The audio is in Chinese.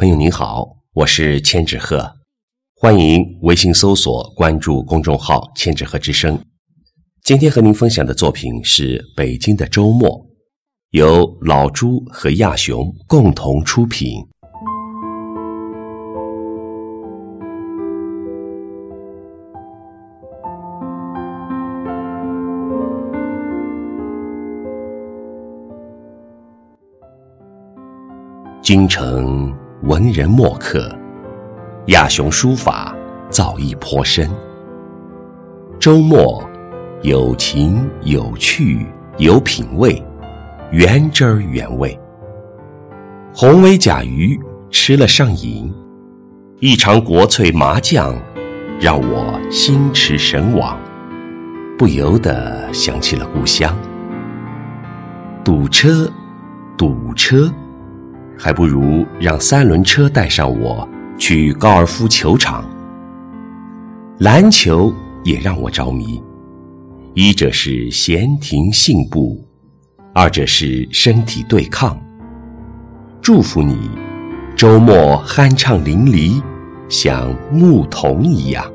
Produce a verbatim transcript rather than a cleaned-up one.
朋友您好，我是千纸鹤，欢迎微信搜索关注公众号千纸鹤之声。今天和您分享的作品是北京的周末，由老朱和亚雄共同出品。京城文人墨客，亚雄书法造诣颇深。周末有情有趣有品味，原汁儿原味。红尾甲鱼吃了上瘾，一场国粹麻将让我心驰神往，不由得想起了故乡。堵车堵车，还不如让三轮车带上我去高尔夫球场。篮球也让我着迷，一者是闲庭信步，二者是身体对抗。祝福你周末酣畅淋漓，像牧童一样。